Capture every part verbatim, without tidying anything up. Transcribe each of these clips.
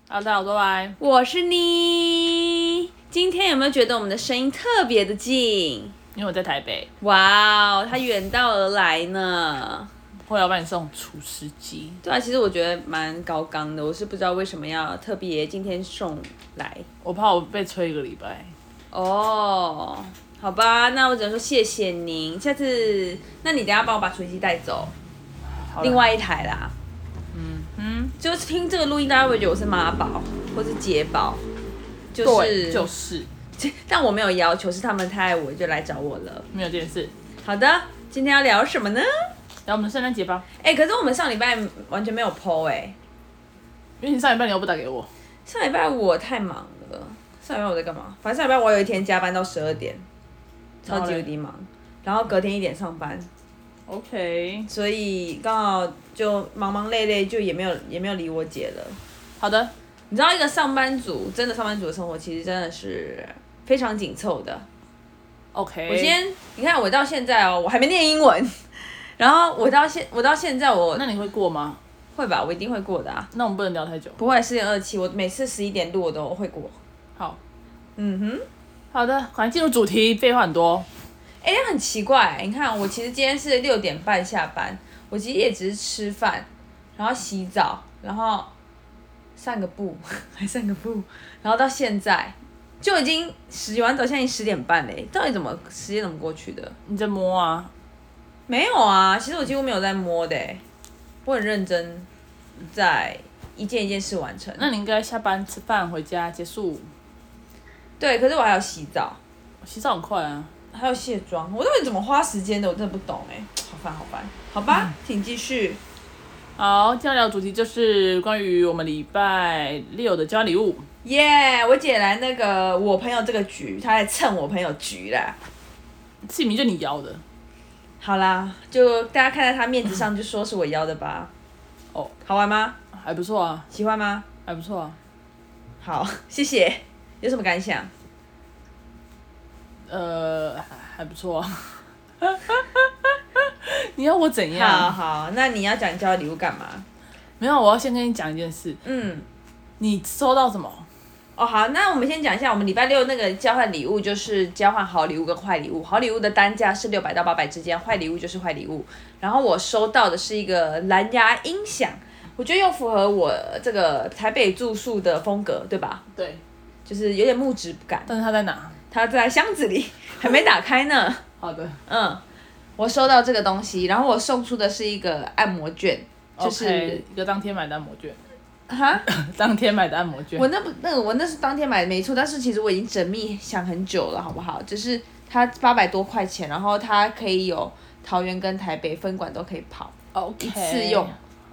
Hello，大家好，我是 Y， 我是你。今天有没有觉得我们的声音特别的近？ 因为我在台北。 哇哦，他远道而来呢。 我要帮你送除湿机。 对啊，其实我觉得蛮高纲的，我是不知道为什么要特别今天送来。 我怕我被催一个礼拜。 哦，好吧，那我只能说谢谢您。下次，那你等一下帮我把除湿机带走，另外一台啦。 嗯嗯， 就是听这个录音，大家会觉得我是妈宝或是姐宝，就对， 是就是， 但我没有要求，是他们太爱我就来找我了。 没有这件事。 好的，今天要聊什么呢？ 聊我们的圣诞节吧。 哎、欸，可是我们上礼拜完全没有 po 哎、欸， 因为你上礼拜你又不打给我。 上礼拜我太忙了，上礼拜我在干嘛？反正上礼拜我有一天加班到十二点，超级无敌忙，然后隔天一点上班。 OK， 所以刚好就忙忙累累，就也没有也没有理我姐了。 好的， 你知道一个上班族，真的上班族的生活其实真的是非常紧凑的。 OK， 我今天你看我到现在哦，我还没念英文，然后我到现我到现在我那你会过吗？ 会吧，我一定会过的啊。 那我们不能聊太久。 不会，十点二七，我每次十一点录我都会过。 好， 嗯哼， 好的，赶快进入主题，废话很多。 哎、欸，很奇怪，你看我其实今天是六点半下班，我其实也只是吃饭，然后洗澡，然后散个步，还散个步，然后到现在就已经洗完澡，现在已经十点半嘞，到底怎么时间怎么过去的？ 你在摸啊？ 没有啊，其实我几乎没有在摸的，我很认真，在一件一件事完成。 那你应该下班吃饭回家结束。 对，可是我还要洗澡， 洗澡很快啊。 还有卸妆，我到底怎么花时间的？我真的不懂哎，好烦好烦。好吧，嗯、请继续。 好，今天聊的主题就是关于我们礼拜六的交换礼物。 耶、yeah, 我姐来那个我朋友这个局，她来蹭我朋友局啦。 这明明就你邀的。 好啦，就大家看在她面子上，就说是我邀的吧。 哦， 好玩吗？ 还不错啊。 喜欢吗？ 还不错啊。 好，谢谢。有什么感想？ 呃，还不错啊。你要我怎样？ 好好，那你要讲交换礼物干嘛？ 没有，我要先跟你讲一件事。 嗯。 你收到什么？ 哦，好，那我们先讲一下，我们礼拜六那个交换礼物就是交换好礼物跟坏礼物。好礼物的单价是六百到八百之间，坏礼物就是坏礼物。然后我收到的是一个蓝牙音响，我觉得又符合我这个台北住宿的风格，对吧？ 对。 就是有点木质感。 但是它在哪？ 它在箱子里，还没打开呢。 好的。 嗯，我收到这个东西，然后我送出的是一个按摩券，就是、 okay, 一个当天买的按摩券。 哈？ 当天买的按摩券。 我那不那个我那是当天买的没错，但是其实我已经缜密想很久了，好不好？就是它八百多块钱，然后它可以有桃园跟台北分馆都可以跑， okay, 一次用。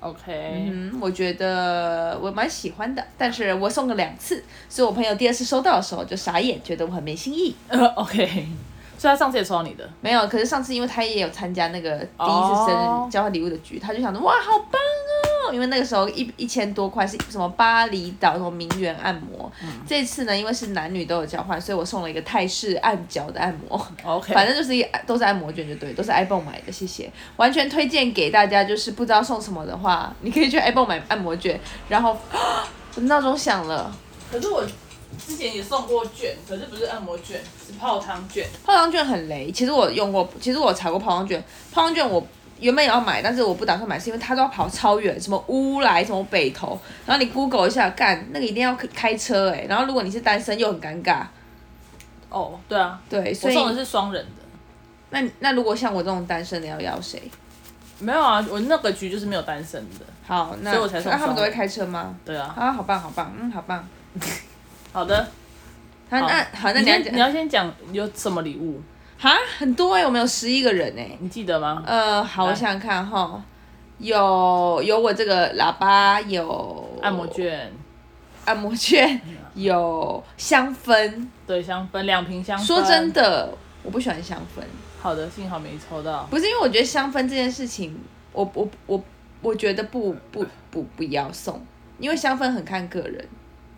OK， 嗯，我觉得我蛮喜欢的，但是我送了两次，所以我朋友第二次收到的时候就傻眼，觉得我很没新意。 呃 OK， 所以他上次也收到你的？ 没有，可是上次因为他也有参加那个第一次生日交换礼物的局， oh. 他就想说哇好棒哦，因为那个时候一一千多块是什么巴厘岛什么名媛按摩，嗯、这次呢因为是男女都有交换，所以我送了一个泰式按脚的按摩。 OK， 反正就是一都是按摩券就对，都是 iPhone 买的，谢谢。完全推荐给大家，就是不知道送什么的话，你可以去 iPhone 买按摩券，然后我的闹钟响了。 可是我之前也送过券，可是不是按摩券，是泡汤券。 泡汤券很雷，其实我用过，其实我查过泡汤券。泡汤券我原本也要买，但是我不打算买，是因为它都要跑超远，什么乌来，什么北投，然后你 Google 一下，干那个一定要开车哎、欸，然后如果你是单身又很尴尬。 哦，对啊， 对，所以我送的是双人的。 那那如果像我这种单身的要要谁？ 没有啊，我那个局就是没有单身的。 好，那所以我才送。 那他们都会开车吗？ 对啊。 啊，好棒好棒，嗯，好棒。 好的。 好，那好，那你要你要先讲有什么礼物？ 哈，很多哎、欸，我们有十一个人哎、欸， 你记得吗？ 呃，好，我想想看哈，有有我这个喇叭，有按摩券， 按摩券，有香氛， 对，香氛两瓶香氛。 说真的，我不喜欢香氛。 好的，幸好没抽到。 不是因为我觉得香氛这件事情，我我我我觉得不不不不要送，因为香氛很看个人。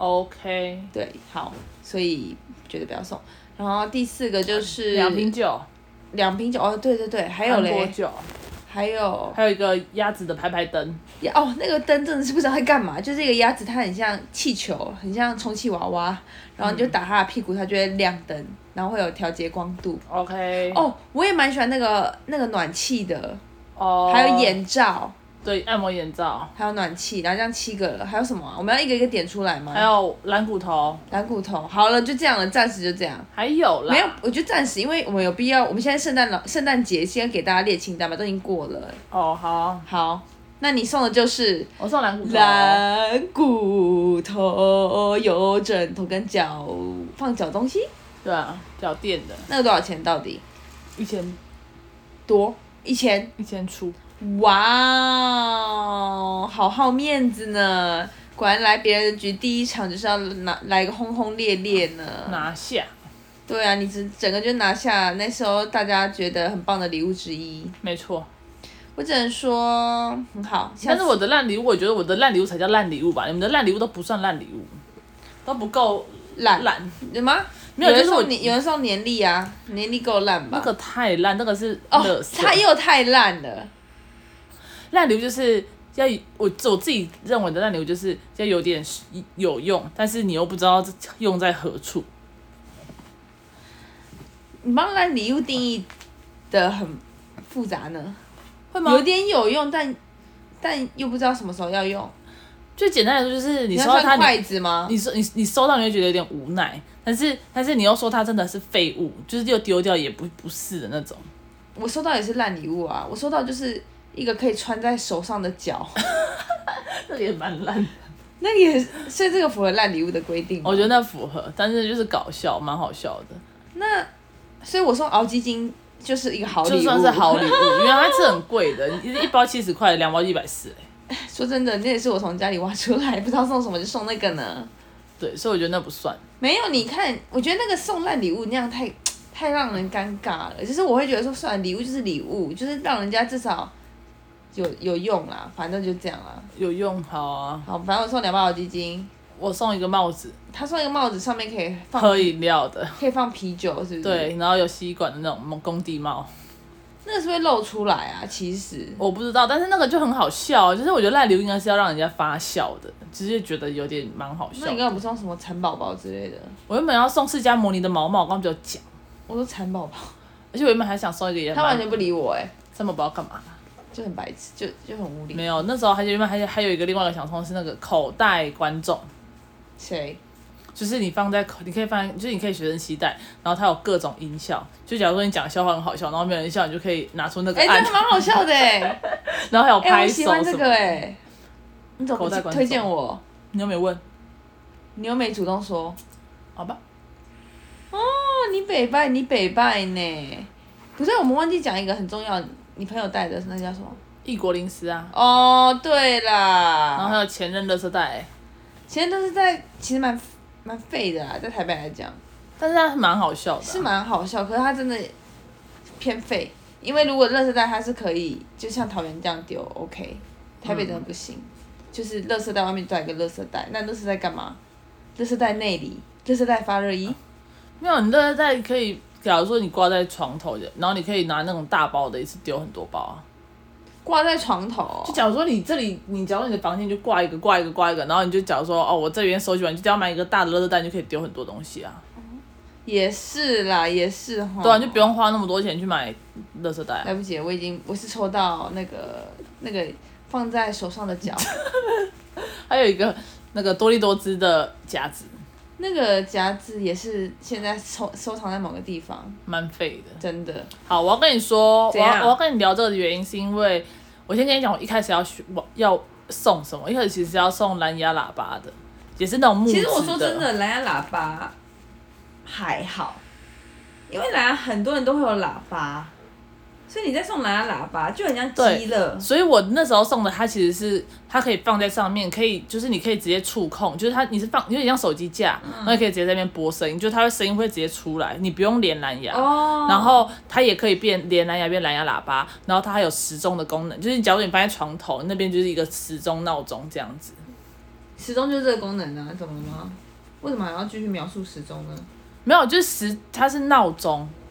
OK。 对，好，所以觉得不要送。然后第四个就是两瓶酒， 两瓶酒哦，对对对，还有嘞， 酒， 还还有还有一个鸭子的拍拍灯。 呀哦，那个灯真的是不知道在干嘛，就是一个鸭子，它很像气球，很像充气娃娃，然后你就打它的屁股，它就会亮灯，然后会有调节光度。 OK。 哦，我也蛮喜欢那个那个暖气的， 哦。 还有眼罩。 对，按摩眼罩， 还有暖气，然后这样七个了，还有什么、啊？我们要一个一个点出来吗？ 还有蓝骨头， 蓝骨头，好了，就这样了，暂时就这样。 还有啦， 没有，我觉得暂时，因为我们有必要，我们现在圣诞老圣诞节先给大家列清单嘛，都已经过了。 哦，好， 好，那你送的就是我送蓝骨头， 蓝骨头有枕头跟脚放脚东西。 对啊，脚垫的， 那个多少钱到底？ 一千多，一千， 一千出。 哇哦，好好面子呢！果然来别人的局第一场就是要拿来个轰轰烈烈呢。 拿下。 对啊，你整整个就拿下那时候大家觉得很棒的礼物之一。 没错。 我只能说很好。 但是我的烂礼物，我觉得我的烂礼物才叫烂礼物吧？你们的烂礼物都不算烂礼物，都不够烂烂。 有吗？ 没有，就是我有人送年历啊，年历够烂吧？ 那个太烂，那个是哦垃圾， 它又太烂了。 烂礼物就是要我我自己认为的烂礼物就是要有点有用，但是你又不知道用在何处。 你帮烂礼物定义的很复杂呢？ 会吗？ 有点有用，但但又不知道什么时候要用。 最简单来说就是你收到它， 筷子吗？ 你收你你收到你会觉得有点无奈，但是但是你又说它真的是废物，就是又丢掉也不不是的那种。 我收到也是烂礼物啊，我收到就是一个可以穿在手上的脚， 这也蛮烂的。 那也所以这个符合烂礼物的规定。 我觉得那符合，但是就是搞笑，蛮好笑的。 那所以我送熬鸡精就是一个好礼物， 就算是好礼物，因为它是很贵的，一一包七十块，两包一百四。 说真的，那也是我从家里挖出来，不知道送什么就送那个呢。 对，所以我觉得那不算。 没有，你看，我觉得那个送烂礼物那样太太让人尴尬了。就是我会觉得说，算了，礼物就是礼物，就是让人家至少有有用啦，反正就这样啦。 有用，好啊。 好，反正我送两包好鸡精， 我送一个帽子。 他送一个帽子，上面可以放喝饮料的， 可以放啤酒，是不是？ 对，然后有吸管的那种工地帽。 那个是会露出来啊，其实我不知道，但是那个就很好笑，就是我觉得烂礼物应该是要让人家发笑的，只是觉得有点蛮好笑。 那你刚刚不送什么蚕宝宝之类的？ 我原本要送释迦摩尼的毛毛，我刚刚就有讲。 我说蚕宝宝， 而且我原本还想送一个也他完全不理我哎、欸， 蚕宝宝干嘛？ 就很白痴，就就很无聊。 没有，那时候还原本还还有一个另外一个想送的是那个口袋观众。 谁？ 就是你放在口，你可以放在，就是你可以随身携带，然后它有各种音效。就假如说你讲的笑话很好笑，然后没有人笑，你就可以拿出那个哎、 按， 欸，这蛮好笑的哎、欸。 然后还有哎、欸，我拍手喜欢这什么个哎、欸。你怎么不口袋观众推荐我？ 你又没问， 你又没主动说。 好吧？ 哦，你北拜，你北拜呢？不是，我们忘记讲一个很重要，你朋友带的那叫什么？ 异国零食啊。 哦，对啦。 然后还有前任垃圾袋， 其实都是在，其实蛮蛮废的啦，在台北来讲。 但是它蛮好笑的、啊。 是蛮好笑，可是它真的偏废，因为如果垃圾袋它是可以，就像桃园这样丢 ，OK， 台北真的不行，嗯、就是垃圾袋外面带一个垃圾袋，那垃圾袋干嘛？垃圾袋内里，垃圾袋发热衣。 没有，你垃圾袋可以，假如说你挂在床头的，然后你可以拿那种大包的，一次丢很多包啊。 挂在床头、哦。 就假如说你这里，你假如你的房间就挂一个挂一个挂一个，然后你就假如说哦，我这边收集完，就只要买一个大的垃圾袋，你就可以丢很多东西啊。 也是啦，也是哈。 对啊，就不用花那么多钱去买垃圾袋、啊。 来不及，我已经我是抽到那个那个放在手上的脚。 还有一个那个多利多汁的夹子。 那个夹子也是现在收收藏在某个地方， 蛮废的， 真的。 好，我要跟你说，我怎样要我要跟你聊这个的原因是因为，我先跟你讲，我一开始要选我要送什么，一开始其实是要送蓝牙喇叭的，也是那种木质的。 其实我说真的，蓝牙喇叭还好，因为蓝牙很多人都会有喇叭，所以你在送蓝牙喇叭就很像鸡了。 所以我那时候送的它其实是它可以放在上面，可以就是你可以直接触控，就是它你是放有点像手机架，嗯、然后你可以直接在那边播声音，就它会声音会直接出来，你不用连蓝牙。 哦。 然后它也可以变连蓝牙变蓝牙喇叭，然后它还有时钟的功能，就是假如你放在床头那边就是一个时钟闹钟这样子。 时钟就是这个功能啊，怎么了吗？为什么还要继续描述时钟呢？ 没有，就是时它是闹钟。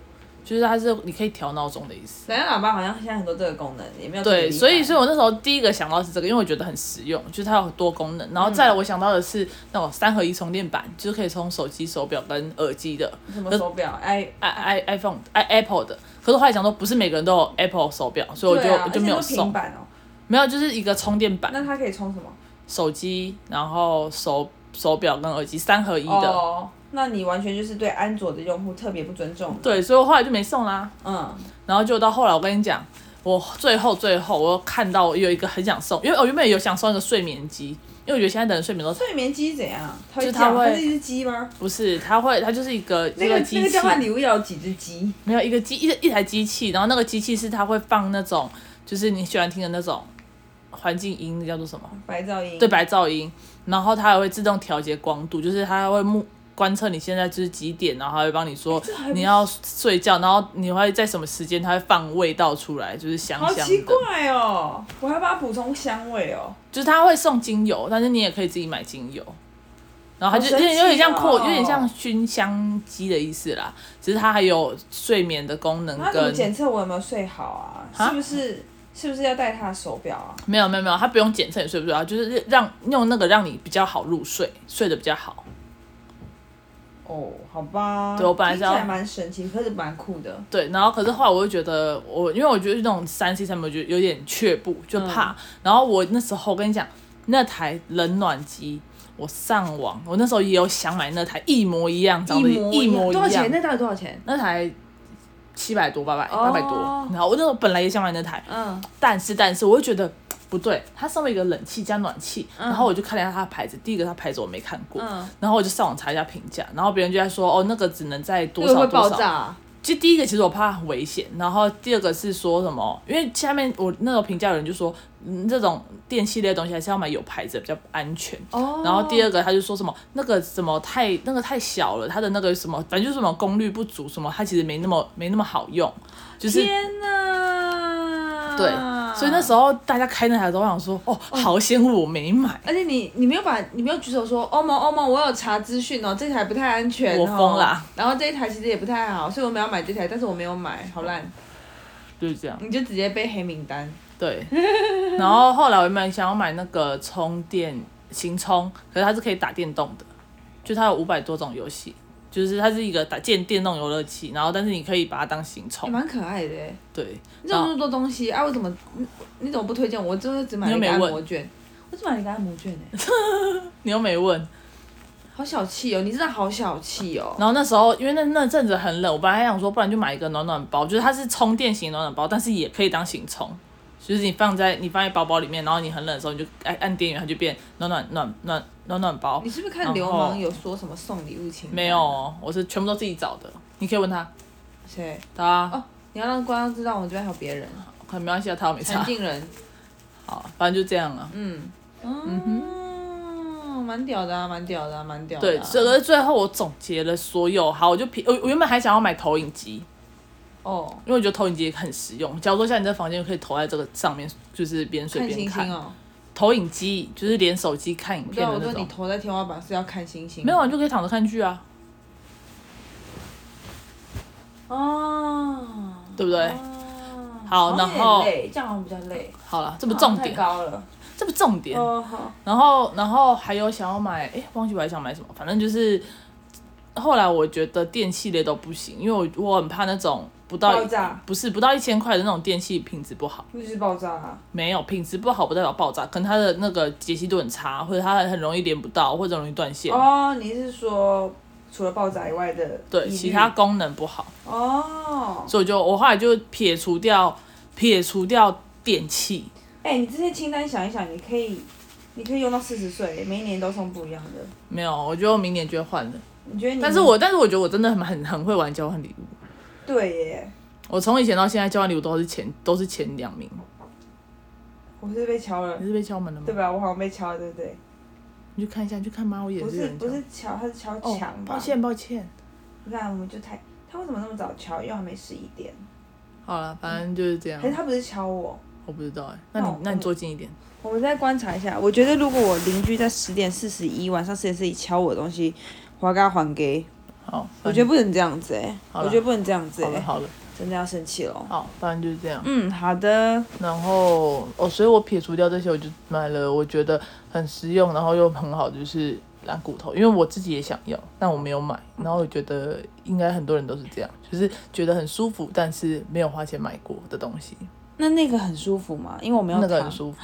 就是它是你可以调闹钟的意思。 蓝牙喇叭好像现在很多这个功能，也没有对，所以所以我那时候第一个想到是这个，因为我觉得很实用，就是它有很多功能。然后再来我想到的是那种三合一充电板，就是可以充手机、手表跟耳机的。 什么手表 ？i i i iPhone i Apple 的。可是后来想说，不是每个人都有 Apple 手表，所以我就、 啊、 我就没有送。 平板哦。 没有，就是一个充电板。 那它可以充什么？ 手机，然后手手表跟耳机三合一的。 哦，那你完全就是对安卓的用户特别不尊重。 对，所以我后来就没送啦。 嗯。 然后就到后来，我跟你讲，我最后最后我看到有一个很想送，因为我原本有想送一个睡眠机，因为我觉得现在的人睡眠都睡眠机怎样？它会叫， 它是一只鸡吗？ 不是，它会，它就是一个那个机器。 那个交换礼物要有几只鸡？ 没有一个机一一台机器，然后那个机器是它会放那种，就是你喜欢听的那种环境音，那叫做什么？ 白噪音。 对，白噪音。然后它还会自动调节光度，就是它会目观测你现在就是几点，然后它会帮你说你要睡觉，然后你会在什么时间，它会放味道出来，就是香香的。 好奇怪哦！我还帮它补充香味哦。 就是它会送精油，但是你也可以自己买精油。然后它就有点有哦点像扩，有点像熏香机的意思啦。只是它还有睡眠的功能跟。 它怎么检测我有没有睡好啊？是不是？是不是要戴他的手表啊？ 没有没有没有，它不用检测你睡不睡啊，就是让用那个让你比较好入睡，睡得比较好。 哦，好吧。 对，我本来是要。 听起来蛮神奇，可是蛮酷的。 对，然后可是后来我就觉得我，因为我觉得那种三 C 产品，我觉得有点却步，就怕。嗯、然后我那时候我跟你讲，那台冷暖机，我上网，我那时候也有想买那台一模一样，长得一模一样。 多少钱？那到底多少钱？ 那台。七百多八百八百多，然后我那时候本来也想买那台，嗯，但是但是我就觉得不对，它上面有一个冷气加暖气，嗯、然后我就看了一下它的牌子，第一个它牌子我没看过，嗯、然后我就上网查一下评价，然后别人就在说哦那个只能在多少多少， 会爆炸啊。 其实第一个其实我怕很危险，然后第二个是说什么，因为下面我那种评价有人就说，嗯，这种电器类的东西还是要买有牌子的比较安全。哦。然后第二个他就说什么那个什么太那个太小了，它的那个什么反正就是什么功率不足什么，它其实没那么没那么好用。就是。 天哪！ 对，所以那时候大家开那台的时候，我想说，哦，好险我没买。 而且你你没有把你没有举手说，欧盟欧盟，我有查资讯哦，这台不太安全。 我疯啦。 然后这一台其实也不太好，所以我们要买这台，但是我没有买，好烂。 就是这样。 你就直接被黑名单。 对。然后后来我们想要买那个充电行充，可是它是可以打电动的，就它有五百多种游戏。就是它是一个打电电动游乐器，然后但是你可以把它当行充， 蛮可爱的耶。 对， 你怎么那么多东西啊？为什么你你怎么不推荐我？我真的只买了一个按摩券，我只买了一个按摩券哎。 你又没问， 好小气哦！你真的好小气哦。 然后那时候因为那那阵子很冷，我本来还想说，不然就买一个暖暖包，就是它是充电型暖暖包，但是也可以当行充。就是你放在你放在包包里面，然后你很冷的时候，你就按按电源，它就变暖暖暖暖暖暖包。 你是不是看流氓有说什么送礼物清单？ 没有，我是全部都自己找的。你可以问他。 谁？ 他。 哦，你要让观众知道我这边还有别人。 可没关系啊，他又没差。 陈静人。 好，反正就这样了。 嗯。嗯哼。蛮屌的啊，蛮屌的啊，蛮屌的、啊。 对，这个最后我总结了所有，好，我就我我原本还想要买投影机。哦，因为我觉得投影机也很实用。假如说像你在房间，可以投在这个上面，就是边睡边看。看星星哦。投影机就是连手机看影片的那种。 我说你投在天花板是要看星星。 没有，你就可以躺着看剧啊。 哦。 对不对？ 哦。 好，然后。 累，这样好像比较累。 好了，这不重点。 太高了。 这不重点。 哦好。 然后，然后还有想要买，哎，忘记我还想买什么，反正就是，后来我觉得电器类都不行，因为我我很怕那种。不到爆炸不是不到一千块的那种电器品质不好， 就是爆炸啊！ 没有品质不好不代表爆炸，可能它的那个解析度很差，或者它很容易连不到，或者容易断线。 哦，你是说除了爆炸以外的？ 对，其他功能不好。 哦。 所以我就我后来就撇除掉撇除掉电器。 哎、欸，你这些清单想一想，你可以你可以用到四十岁，每一年都送不一样的。 没有，我觉得我明年就会换了。 你觉得你？ 但是我但是我觉得我真的很很很会玩交换礼物。 对耶， 我从以前到现在交换礼物都是前都是前两名。 我是被敲了。 你是被敲门了吗？ 对吧？我好像被敲了，对不对？ 你去看一下，你去看吗？我也是。 不是不是敲，他是敲墙吧、哦？ 抱歉抱歉。 你看，我们就太他为什么那么早敲？因为还没十一点。 好了，反正就是这样。 还是他不是敲我？ 我不知道哎、欸，那你那你坐近一点。 我们再观察一下，我觉得如果我邻居在十点四十一晚上十点四十一敲我的东西，我要给他还给。 好， 我觉得不能这样子哎、欸，我觉得不能这样子哎、欸。 好了好了， 真的要生气了。 好，当然就是这样。 嗯，好的。 然后哦，所以我撇除掉这些，我就买了我觉得很实用，然后又很好的就是蓝骨头，因为我自己也想要，但我没有买。然后我觉得应该很多人都是这样，就是觉得很舒服，但是没有花钱买过的东西。 那那个很舒服吗？因为我没有那个很舒服。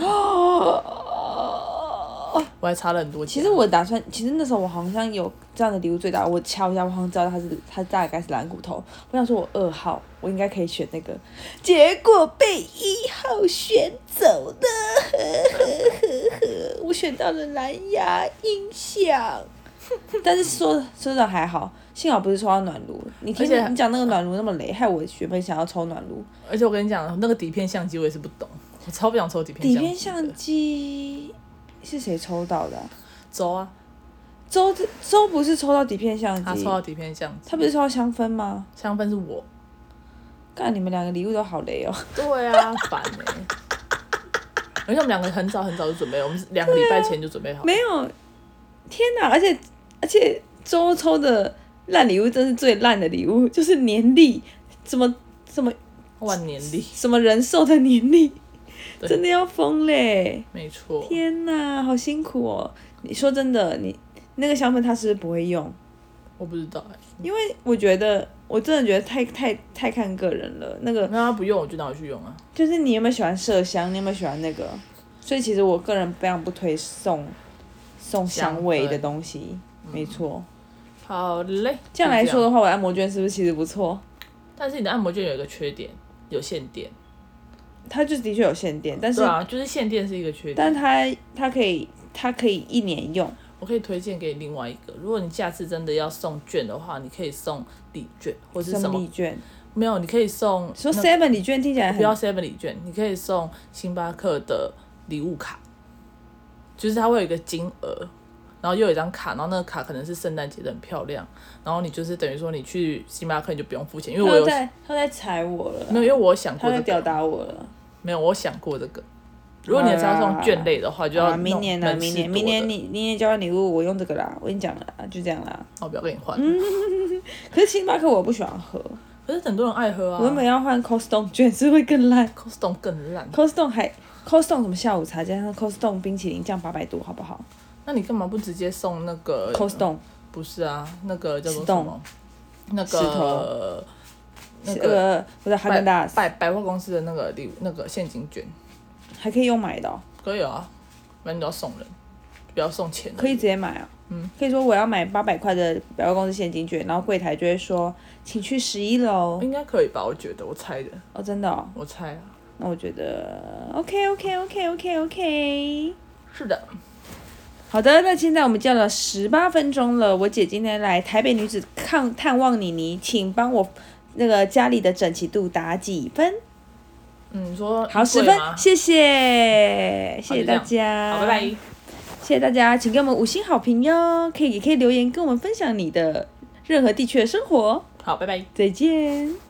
我还差了很多钱。 其实我打算，其实那时候我好像有这样的礼物最大，我敲一下，我好像知道它是它大概是蓝骨头。我想说我二号，我应该可以选那个，结果被一号选走了，呵呵呵呵，我选到了蓝牙音响。但是说说真的还好，幸好不是抽到暖炉。你听你讲那个暖炉那么雷，害我原本想要抽暖炉。 而且我跟你讲，那个底片相机我也是不懂，我超不想抽底片相机。 底片相机是谁抽到的、啊？ 周啊， 周周不是抽到底片相机， 他抽到底片相机， 他不是抽到香氛吗？ 香氛是我。 干，你们两个礼物都好雷哦。 对啊，烦哎、欸。而且我们两个很早很早就准备了，我们两个礼拜前就准备好、啊。 没有，天哪！而且而且周抽的烂礼物真是最烂的礼物，就是年历，什么什么万年历， 什么人寿的年历，真的要疯嘞！ 没错。 天哪，好辛苦哦！你说真的，你那个香氛他是不是不会用？ 我不知道哎、欸， 因为我觉得我真的觉得太太太看个人了。那个那他不用，我就拿回去用啊。 就是你有没有喜欢麝香？你有没有喜欢那个？所以其实我个人非常不推送送香味的东西。没错。 好嘞。 这样来说的话，我按摩券是不是其实不错？ 但是你的按摩券有一个缺点，有限电。 它就的确有限电，但是对啊，就是限电是一个缺点。 但它它可以它可以一年用。 我可以推荐给你另外一个，如果你下次真的要送券的话，你可以送礼券或是什么？ 什么礼券？ 没有，你可以送。 说 seven 礼券听起来很。 不要 seven 礼券，你可以送星巴克的礼物卡，就是它会有一个金额，然后又有一张卡，然后那个卡可能是圣诞节的，很漂亮，然后你就是等于说你去星巴克你就不用付钱，因为我有。 他在他在踩我了。 没有，因为我有想过这个。 他在吊打我了。 没有，我有想过这个。如果你是要送券类的话，就要、 啊、明年呢？明年明年你明年交换礼物，我用这个啦。我跟你讲了，就这样啦。 我不要跟你换。 嗯，可是星巴克我不喜欢喝。 可是很多人爱喝啊。 我原本要换 Costco 券，是会更烂。 Costco 更烂。 Costco 还 Costco 什么下午茶加上 Costco 冰淇淋，这样八百多，好不好？ 那你干嘛不直接送那个 Costco？ 不是啊，那个叫做什么？那个那个不是哈根达斯百百货公司的那个礼那个现金券。 还可以用买的、哦， 可以啊，反正你都要送人，不要送钱。 可以直接买啊，嗯，可以说我要买八百块的百货公司现金券，然后柜台就会说，请去十一楼。 应该可以吧？我觉得，我猜的。 哦，真的哦。 我猜啊。 那我觉得 ，OK OK OK OK OK。 是的。 好的，那现在我们叫了十八分钟了，我姐今天来台北女子看探望妮妮，请帮我那个家里的整齐度打几分？ 嗯，你说好，十分，谢谢，谢谢大家， 好，拜拜， 谢谢大家，请给我们五星好评哟，可以也可以留言跟我们分享你的任何地区的生活， 好，拜拜， 再见。